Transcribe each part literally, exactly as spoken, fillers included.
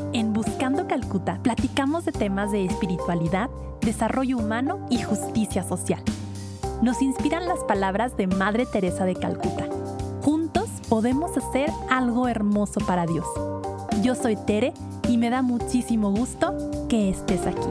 En Buscando Calcuta platicamos de temas de espiritualidad, desarrollo humano y justicia social. Nos inspiran las palabras de Madre Teresa de Calcuta. Juntos podemos hacer algo hermoso para Dios. Yo soy Tere y me da muchísimo gusto que estés aquí.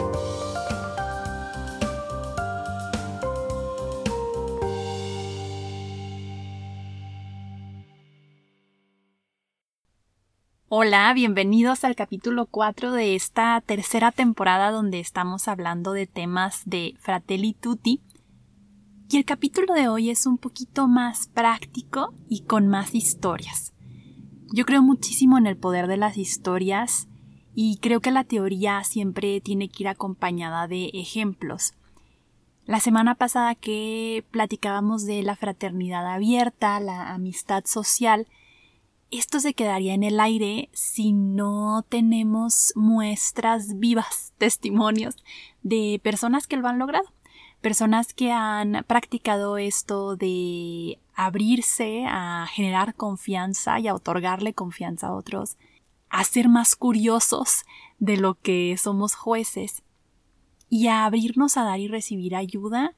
Hola, bienvenidos al capítulo cuatro de esta tercera temporada donde estamos hablando de temas de Fratelli Tutti. Y el capítulo de hoy es un poquito más práctico y con más historias. Yo creo muchísimo en el poder de las historias y creo que la teoría siempre tiene que ir acompañada de ejemplos. La semana pasada que platicábamos de la fraternidad abierta, la amistad social, esto se quedaría en el aire si no tenemos muestras vivas, testimonios de personas que lo han logrado. Personas que han practicado esto de abrirse a generar confianza y a otorgarle confianza a otros, a ser más curiosos de lo que somos jueces y a abrirnos a dar y recibir ayuda,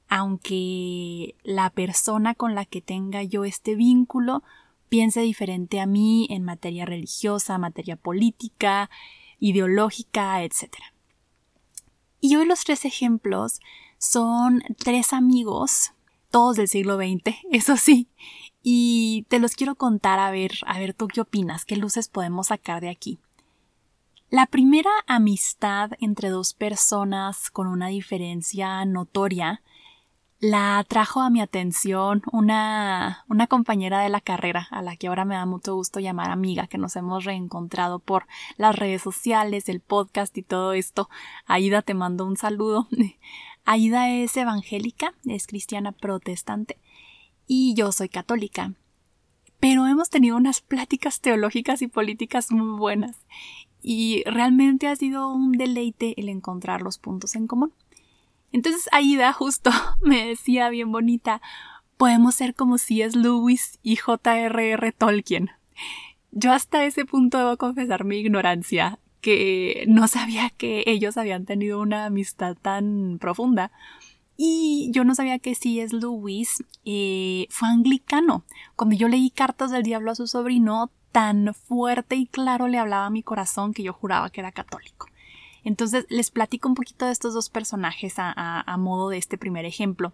aunque la persona con la que tenga yo este vínculo piense diferente a mí en materia religiosa, materia política, ideológica, etcétera. Y hoy los tres ejemplos son tres amigos, todos del siglo veinte, eso sí, y te los quiero contar a ver, a ver tú qué opinas, qué luces podemos sacar de aquí. La primera amistad entre dos personas con una diferencia notoria la trajo a mi atención una, una compañera de la carrera, a la que ahora me da mucho gusto llamar amiga, que nos hemos reencontrado por las redes sociales, el podcast y todo esto. Aida, te mando un saludo. Aida es evangélica, es cristiana protestante y yo soy católica. Pero hemos tenido unas pláticas teológicas y políticas muy buenas y realmente ha sido un deleite el encontrar los puntos en común. Entonces Aida justo me decía bien bonita, podemos ser como C S Lewis y J R R Tolkien. Yo hasta ese punto debo confesar mi ignorancia, que no sabía que ellos habían tenido una amistad tan profunda. Y yo no sabía que C S Lewis eh, fue anglicano. Cuando yo leí Cartas del Diablo a su sobrino, tan fuerte y claro le hablaba a mi corazón que yo juraba que era católico. Entonces les platico un poquito de estos dos personajes a, a, a modo de este primer ejemplo.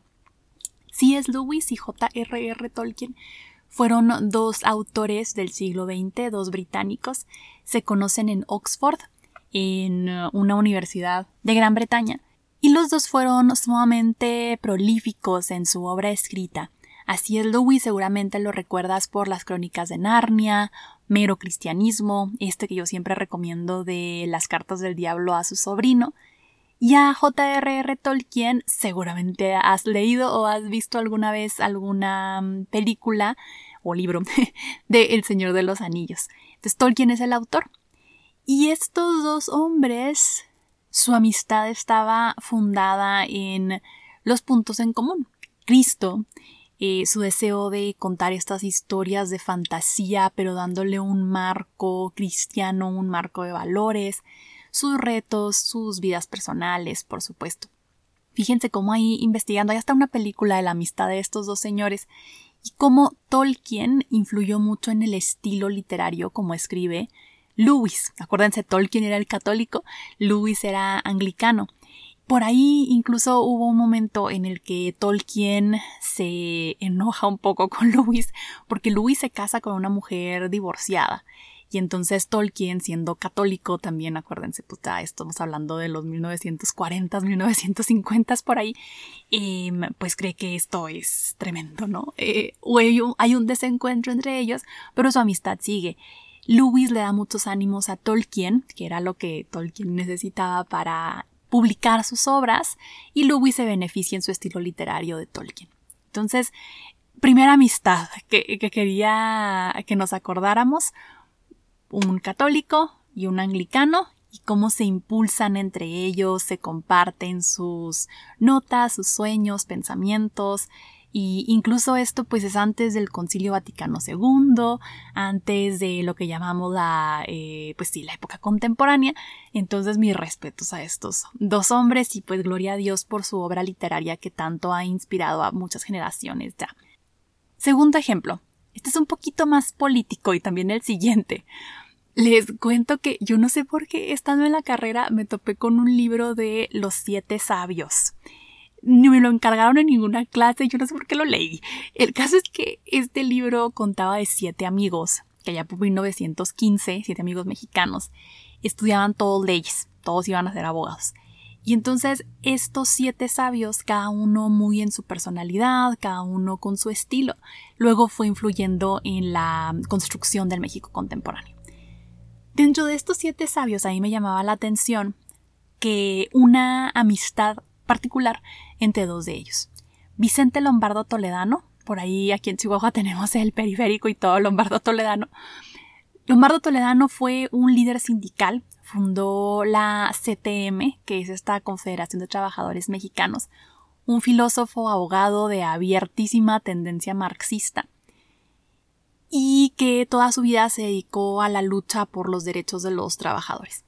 C S Lewis y J R R Tolkien fueron dos autores del siglo veinte, dos británicos. Se conocen en Oxford, en una universidad de Gran Bretaña, y los dos fueron sumamente prolíficos en su obra escrita. A C S Lewis seguramente lo recuerdas por las Crónicas de Narnia, Mero Cristianismo, este que yo siempre recomiendo de las Cartas del Diablo a su sobrino. Y a J R R Tolkien seguramente has leído o has visto alguna vez alguna película o libro de El Señor de los Anillos. Entonces Tolkien es el autor. Y estos dos hombres, su amistad estaba fundada en los puntos en común. Cristo, Eh, su deseo de contar estas historias de fantasía, pero dándole un marco cristiano, un marco de valores, sus retos, sus vidas personales, por supuesto. Fíjense cómo ahí investigando, hay hasta una película de la amistad de estos dos señores y cómo Tolkien influyó mucho en el estilo literario como escribe Lewis. Acuérdense, Tolkien era el católico, Lewis era anglicano. Por ahí incluso hubo un momento en el que Tolkien se enoja un poco con Lewis porque Lewis se casa con una mujer divorciada y entonces Tolkien, siendo católico también, acuérdense, pues ya estamos hablando de los mil novecientos cuarenta, mil novecientos cincuenta por ahí, eh, pues cree que esto es tremendo, ¿no? Eh, hay, un, hay un desencuentro entre ellos, pero su amistad sigue. Lewis le da muchos ánimos a Tolkien, que era lo que Tolkien necesitaba para publicar sus obras, y Lewis se beneficia en su estilo literario de Tolkien. Entonces, primera amistad que, que quería que nos acordáramos, un católico y un anglicano, y cómo se impulsan entre ellos, se comparten sus notas, sus sueños, pensamientos, Y incluso esto pues es antes del Concilio Vaticano segundo, antes de lo que llamamos la, eh, pues sí, la época contemporánea. Entonces mis respetos a estos dos hombres y pues gloria a Dios por su obra literaria que tanto ha inspirado a muchas generaciones ya. Segundo ejemplo, este es un poquito más político y también el siguiente. Les cuento que yo no sé por qué estando en la carrera me topé con un libro de Los Siete Sabios. Ni me lo encargaron en ninguna clase, yo no sé por qué lo leí. El caso es que este libro contaba de siete amigos, que allá por mil novecientos quince, siete amigos mexicanos, estudiaban todos leyes, todos iban a ser abogados. Y entonces estos siete sabios, cada uno muy en su personalidad, cada uno con su estilo, luego fue influyendo en la construcción del México contemporáneo. Dentro de estos siete sabios, a mí me llamaba la atención que una amistad particular entre dos de ellos. Vicente Lombardo Toledano, por ahí aquí en Chihuahua tenemos el periférico y todo Lombardo Toledano. Lombardo Toledano fue un líder sindical, fundó la C T M, que es esta Confederación de Trabajadores Mexicanos, un filósofo abogado de abiertísima tendencia marxista y que toda su vida se dedicó a la lucha por los derechos de los trabajadores.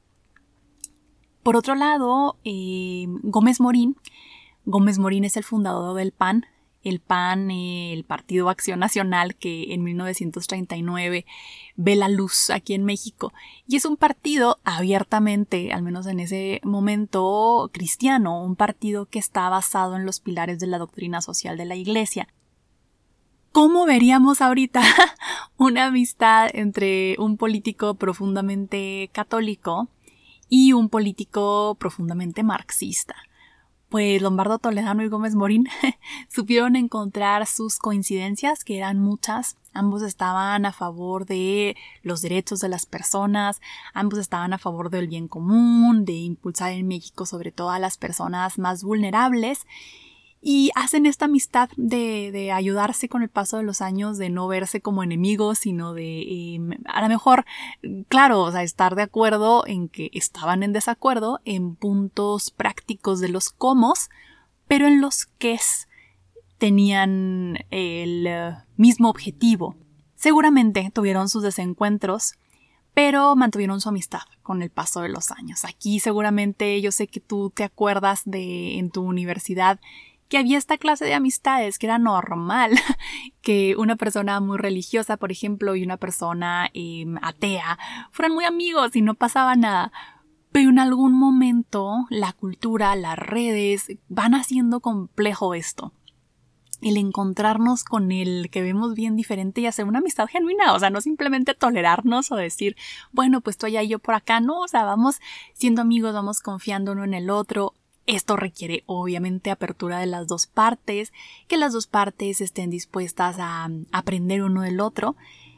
Por otro lado, eh, Gómez Morín. Gómez Morín es el fundador del P A N. El P A N, eh, el Partido Acción Nacional, que en mil novecientos treinta y nueve ve la luz aquí en México. Y es un partido abiertamente, al menos en ese momento, cristiano. Un partido que está basado en los pilares de la doctrina social de la Iglesia. ¿Cómo veríamos ahorita una amistad entre un político profundamente católico y un político profundamente marxista? Pues Lombardo Toledano y Gómez Morín supieron encontrar sus coincidencias, que eran muchas. Ambos estaban a favor de los derechos de las personas, ambos estaban a favor del bien común, de impulsar en México sobre todo a las personas más vulnerables. Y hacen esta amistad de, de ayudarse con el paso de los años, de no verse como enemigos, sino de eh, a lo mejor, claro, o sea, estar de acuerdo en que estaban en desacuerdo en puntos prácticos de los cómo, pero en los qués tenían el uh, mismo objetivo. Seguramente tuvieron sus desencuentros, pero mantuvieron su amistad con el paso de los años. Aquí seguramente yo sé que tú te acuerdas de en tu universidad que había esta clase de amistades, que era normal que una persona muy religiosa, por ejemplo, y una persona eh, atea fueran muy amigos y no pasaba nada. Pero en algún momento la cultura, las redes van haciendo complejo esto. El encontrarnos con el que vemos bien diferente y hacer una amistad genuina, o sea, no simplemente tolerarnos o decir, bueno, pues tú allá y yo por acá, no, o sea, vamos siendo amigos, vamos confiando uno en el otro. Esto requiere obviamente apertura de las dos partes, que las dos partes estén dispuestas a aprender uno del otro.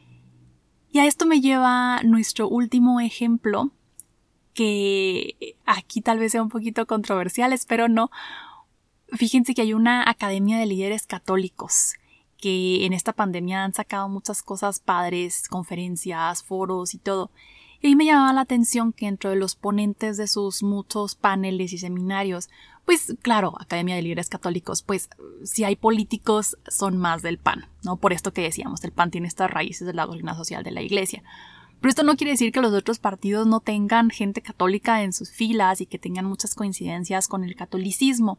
Y a esto me lleva nuestro último ejemplo, que aquí tal vez sea un poquito controversial, espero no. Fíjense que hay una academia de líderes católicos que en esta pandemia han sacado muchas cosas padres, conferencias, foros y todo. Y ahí me llamaba la atención que dentro de los ponentes de sus muchos paneles y seminarios, pues claro, Academia de Líderes Católicos, pues si hay políticos son más del P A N, ¿no? Por esto que decíamos, el P A N tiene estas raíces de la doctrina social de la Iglesia. Pero esto no quiere decir que los otros partidos no tengan gente católica en sus filas y que tengan muchas coincidencias con el catolicismo.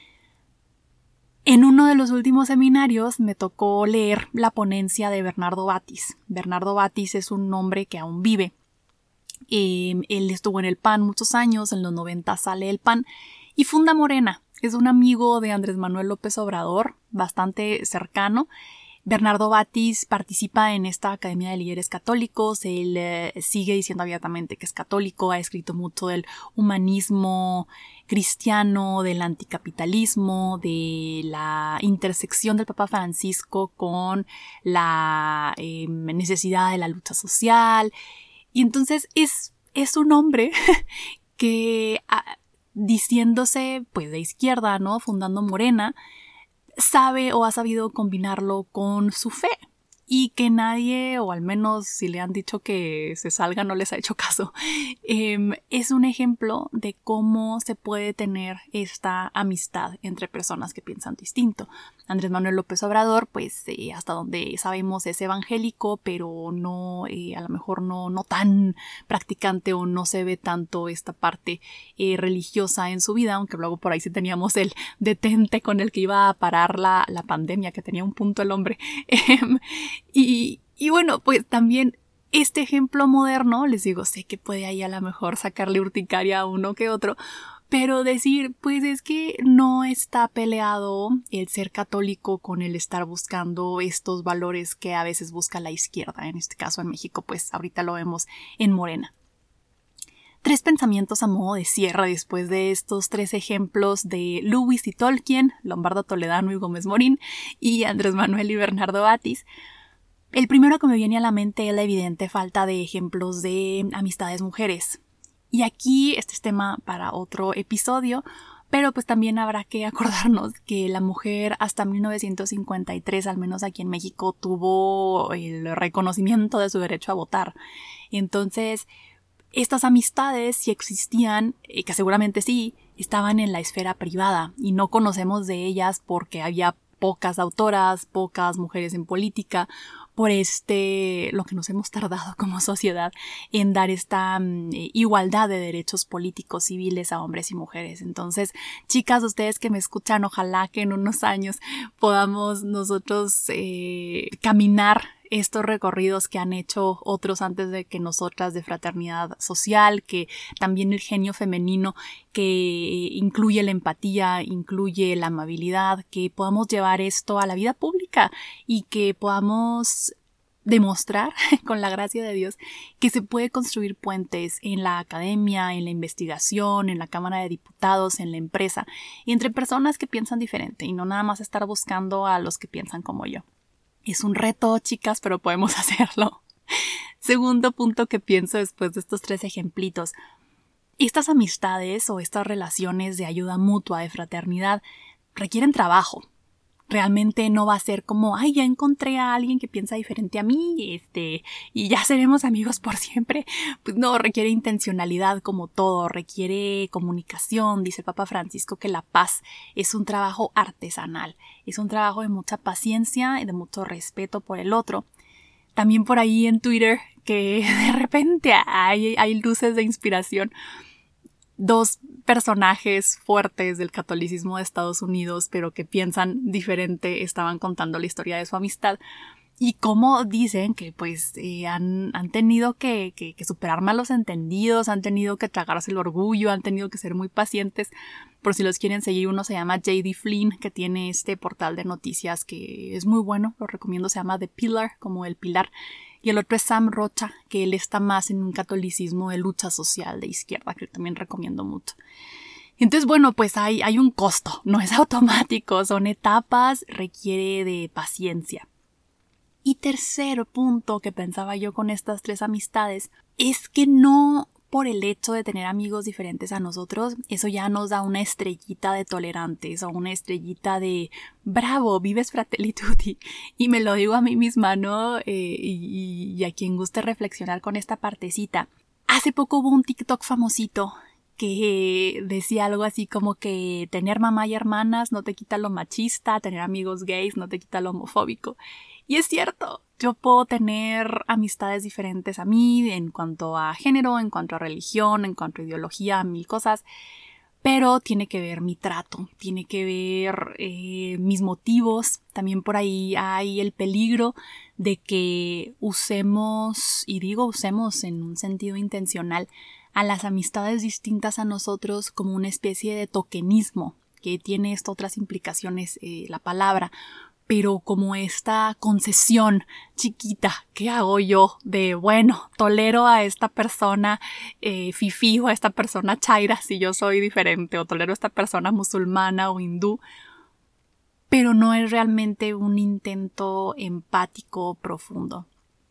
En uno de los últimos seminarios me tocó leer la ponencia de Bernardo Batis. Bernardo Batis es un hombre que aún vive. Eh, él estuvo en el P A N muchos años, en los noventa sale el P A N y funda Morena. Es un amigo de Andrés Manuel López Obrador, bastante cercano. Bernardo Batis participa en esta Academia de Líderes Católicos. Él eh, sigue diciendo abiertamente que es católico, ha escrito mucho del humanismo cristiano, del anticapitalismo, de la intersección del Papa Francisco con la eh, necesidad de la lucha social. Y entonces es, es un hombre que a, diciéndose pues de izquierda, ¿no? Fundando Morena, sabe o ha sabido combinarlo con su fe. y que nadie, o al menos si le han dicho que se salga, no les ha hecho caso. Eh, es un ejemplo de cómo se puede tener esta amistad entre personas que piensan distinto. Andrés Manuel López Obrador, pues eh, hasta donde sabemos es evangélico, pero no, eh, a lo mejor no, no tan practicante o no se ve tanto esta parte eh, religiosa en su vida, aunque luego por ahí sí teníamos el detente con el que iba a parar la, la pandemia, que tenía un punto el hombre. y, y bueno, pues también este ejemplo moderno, les digo, sé que puede ahí a lo mejor sacarle urticaria a uno que otro, pero decir, pues es que no está peleado el ser católico con el estar buscando estos valores que a veces busca la izquierda. En este caso en México, pues ahorita lo vemos en Morena. Tres pensamientos a modo de cierre después de estos tres ejemplos de Lewis y Tolkien, Lombardo Toledano y Gómez Morín, y Andrés Manuel y Bernardo Batis. El primero que me viene a la mente es la evidente falta de ejemplos de amistades mujeres. Y aquí este es tema para otro episodio, pero pues también habrá que acordarnos que la mujer hasta mil novecientos cincuenta y tres, al menos aquí en México, tuvo el reconocimiento de su derecho a votar. Entonces, estas amistades, si existían, que seguramente sí, estaban en la esfera privada y no conocemos de ellas porque había pocas autoras, pocas mujeres en política, por este, lo que nos hemos tardado como sociedad en dar esta um, igualdad de derechos políticos civiles a hombres y mujeres. Entonces, chicas, ustedes que me escuchan, ojalá que en unos años podamos nosotros eh, caminar estos recorridos que han hecho otros antes de que nosotras de fraternidad social, que también el genio femenino que incluye la empatía, incluye la amabilidad, que podamos llevar esto a la vida pública y que podamos demostrar, con la gracia de Dios, que se puede construir puentes en la academia, en la investigación, en la Cámara de Diputados, en la empresa, y entre personas que piensan diferente y no nada más estar buscando a los que piensan como yo. Es un reto, chicas, pero podemos hacerlo. Segundo punto que pienso después de estos tres ejemplitos. Estas amistades o estas relaciones de ayuda mutua, de fraternidad, requieren trabajo. Realmente no va a ser como, ay, ya encontré a alguien que piensa diferente a mí, este, y ya seremos amigos por siempre. Pues no, requiere intencionalidad como todo, requiere comunicación. Dice el Papa Francisco que la paz es un trabajo artesanal, es un trabajo de mucha paciencia y de mucho respeto por el otro. También por ahí en Twitter, que de repente hay, hay luces de inspiración. Dos personajes fuertes del catolicismo de Estados Unidos, pero que piensan diferente, estaban contando la historia de su amistad y cómo dicen que pues eh, han, han tenido que, que, que superar malos entendidos, han tenido que tragarse el orgullo, han tenido que ser muy pacientes. Por si los quieren seguir, uno se llama J D Flynn, que tiene este portal de noticias que es muy bueno, lo recomiendo, se llama The Pillar, como el pilar. Y el otro es Sam Rocha, que él está más en un catolicismo de lucha social de izquierda, que también recomiendo mucho. Entonces, bueno, pues hay, hay un costo, no es automático, son etapas, requiere de paciencia. Y tercer punto que pensaba yo con estas tres amistades es que no por el hecho de tener amigos diferentes a nosotros, eso ya nos da una estrellita de tolerantes o una estrellita de bravo, vives Fratelli Tutti. Y me lo digo a mí misma, ¿no? Eh, y, y a quien guste reflexionar con esta partecita. Hace poco hubo un TikTok famosito que decía algo así como que tener mamá y hermanas no te quita lo machista, tener amigos gays no te quita lo homofóbico. Y es cierto, yo puedo tener amistades diferentes a mí en cuanto a género, en cuanto a religión, en cuanto a ideología, mil cosas, pero tiene que ver mi trato, tiene que ver eh, mis motivos. También por ahí hay el peligro de que usemos, y digo usemos en un sentido intencional, a las amistades distintas a nosotros como una especie de tokenismo, que tiene esto otras implicaciones eh, la palabra, pero como esta concesión chiquita que hago yo de, bueno, tolero a esta persona eh, fifí o a esta persona chaira si yo soy diferente, o tolero a esta persona musulmana o hindú, pero no es realmente un intento empático profundo.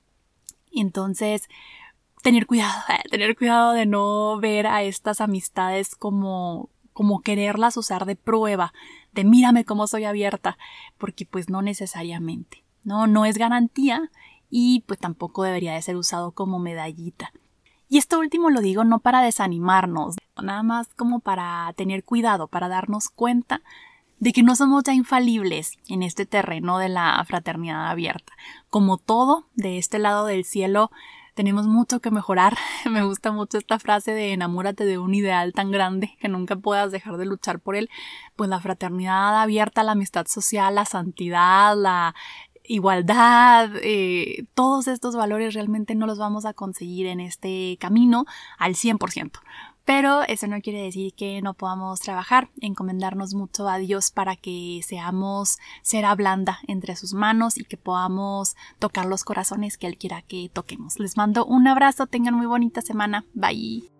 Entonces, tener cuidado, tener cuidado de no ver a estas amistades como, como quererlas usar de prueba, de mírame cómo soy abierta, porque pues no necesariamente. ¿no? No es garantía y pues tampoco debería de ser usado como medallita. Y esto último lo digo no para desanimarnos, nada más como para tener cuidado, para darnos cuenta de que no somos ya infalibles en este terreno de la fraternidad abierta. Como todo, de este lado del cielo tenemos mucho que mejorar. Me gusta mucho esta frase de enamórate de un ideal tan grande que nunca puedas dejar de luchar por él. Pues la fraternidad abierta, la amistad social, la santidad, la igualdad, eh, todos estos valores realmente no los vamos a conseguir en este camino al cien por ciento. Pero eso no quiere decir que no podamos trabajar, encomendarnos mucho a Dios para que seamos cera blanda entre sus manos y que podamos tocar los corazones que Él quiera que toquemos. Les mando un abrazo, tengan muy bonita semana. Bye.